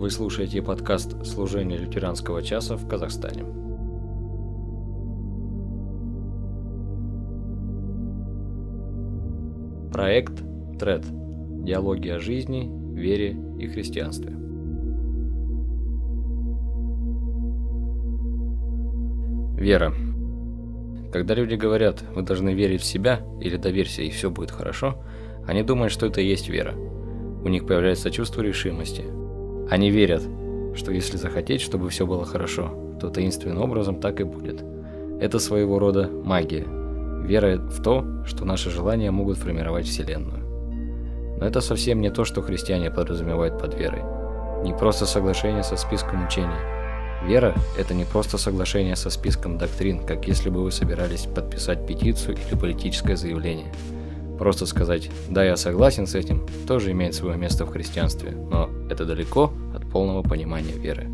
Вы слушаете подкаст «Служение лютеранского часа» в Казахстане. Проект ТРЭД. Диалоги о жизни, вере и христианстве. Вера. Когда люди говорят «вы должны верить в себя» или «доверься, и все будет хорошо», они думают, что это и есть вера. У них появляется чувство решимости. Они верят, что если захотеть, чтобы все было хорошо, то таинственным образом так и будет. Это своего рода магия. Вера в то, что наши желания могут формировать Вселенную. Но это совсем не то, что христиане подразумевают под верой. Не просто соглашение со списком учений. Вера – это не просто соглашение со списком доктрин, как если бы вы собирались подписать петицию или политическое заявление. Просто сказать «да, я согласен с этим» тоже имеет свое место в христианстве, но это далеко от полного понимания веры.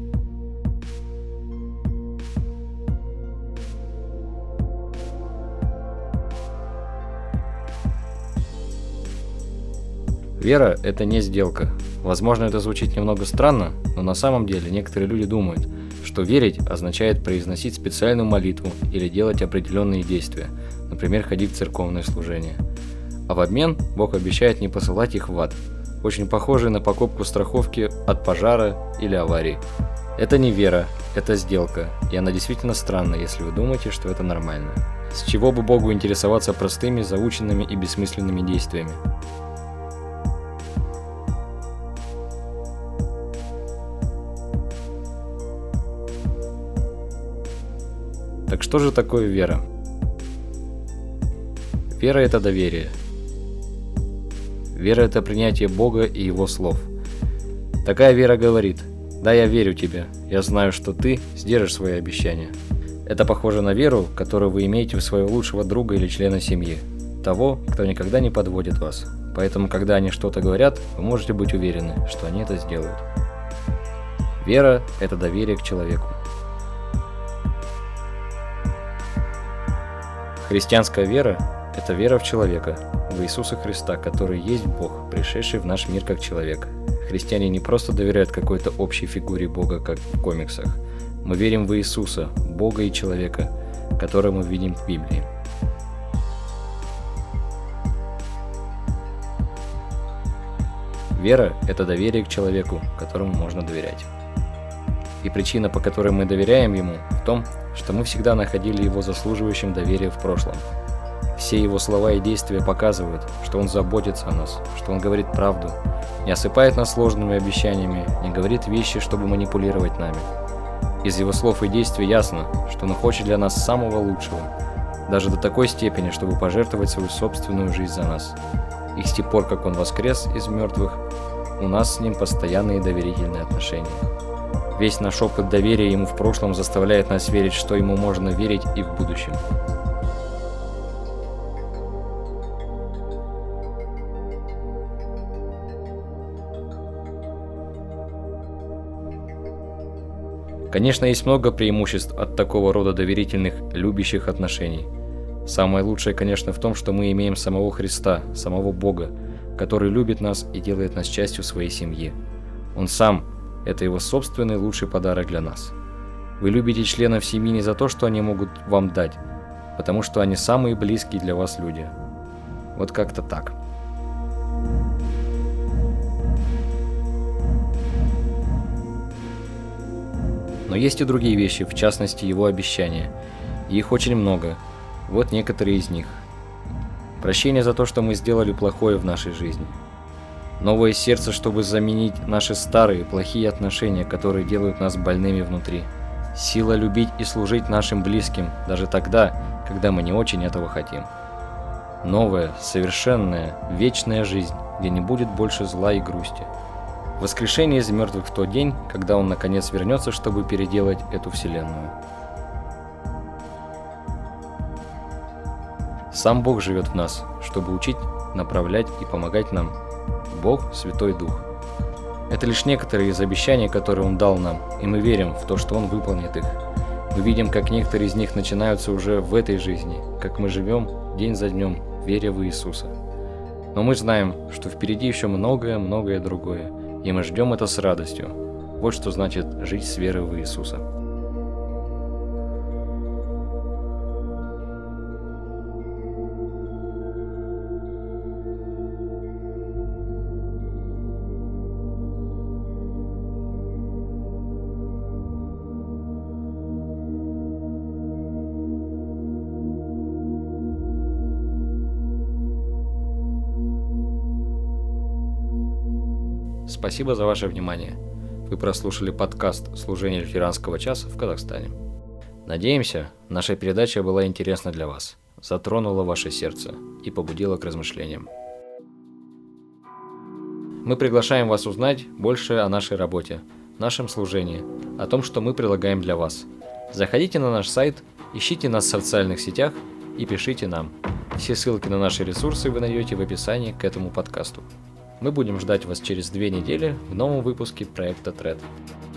Вера – это не сделка. Возможно, это звучит немного странно, но на самом деле некоторые люди думают, что верить означает произносить специальную молитву или делать определенные действия, например, ходить в церковное служение. А в обмен Бог обещает не посылать их в ад, очень похожий на покупку страховки от пожара или аварии. Это не вера, это сделка, и она действительно странная, если вы думаете, что это нормально. С чего бы Богу интересоваться простыми, заученными и бессмысленными действиями? Так что же такое вера? Вера – это доверие. Вера – это принятие Бога и Его слов. Такая вера говорит: «Да, я верю тебе, я знаю, что ты сдержишь свои обещания». Это похоже на веру, которую вы имеете в своего лучшего друга или члена семьи, того, кто никогда не подводит вас. Поэтому, когда они что-то говорят, вы можете быть уверены, что они это сделают. Вера – это доверие к человеку. Христианская вера – это вера в человека, в Иисуса Христа, который есть Бог, пришедший в наш мир как человек. Христиане не просто доверяют какой-то общей фигуре Бога, как в комиксах. Мы верим в Иисуса, Бога и человека, которого мы видим в Библии. Вера – это доверие к человеку, которому можно доверять. И причина, по которой мы доверяем Ему, в том, что мы всегда находили Его заслуживающим доверия в прошлом. Все Его слова и действия показывают, что Он заботится о нас, что Он говорит правду, не осыпает нас сложными обещаниями, не говорит вещи, чтобы манипулировать нами. Из Его слов и действий ясно, что Он хочет для нас самого лучшего, даже до такой степени, чтобы пожертвовать свою собственную жизнь за нас. И с тех пор, как Он воскрес из мертвых, у нас с Ним постоянные доверительные отношения. Весь наш опыт доверия Ему в прошлом заставляет нас верить, что Ему можно верить и в будущем. Конечно, есть много преимуществ от такого рода доверительных, любящих отношений. Самое лучшее, конечно, в том, что мы имеем самого Христа, самого Бога, который любит нас и делает нас частью своей семьи. Он сам – это Его собственный лучший подарок для нас. Вы любите членов семьи не за то, что они могут вам дать, потому что они самые близкие для вас люди. Вот как-то так. Но есть и другие вещи, в частности Его обещания. И их очень много. Вот некоторые из них. Прощение за то, что мы сделали плохое в нашей жизни. Новое сердце, чтобы заменить наши старые, плохие отношения, которые делают нас больными внутри. Сила любить и служить нашим близким, даже тогда, когда мы не очень этого хотим. Новая, совершенная, вечная жизнь, где не будет больше зла и грусти. Воскрешение из мертвых в тот день, когда Он наконец вернется, чтобы переделать эту вселенную. Сам Бог живет в нас, чтобы учить, направлять и помогать нам. Бог – Святой Дух. Это лишь некоторые из обещаний, которые Он дал нам, и мы верим в то, что Он выполнит их. Мы видим, как некоторые из них начинаются уже в этой жизни, как мы живем день за днем, веря в Иисуса. Но мы знаем, что впереди еще многое другое, и мы ждем это с радостью. Вот что значит жить с верой в Иисуса. Спасибо за ваше внимание. Вы прослушали подкаст «Служение лютеранского часа в Казахстане». Надеемся, наша передача была интересна для вас, затронула ваше сердце и побудила к размышлениям. Мы приглашаем вас узнать больше о нашей работе, нашем служении, о том, что мы предлагаем для вас. Заходите на наш сайт, ищите нас в социальных сетях и пишите нам. Все ссылки на наши ресурсы вы найдете в описании к этому подкасту. Мы будем ждать вас через 2 недели в новом выпуске проекта Thread.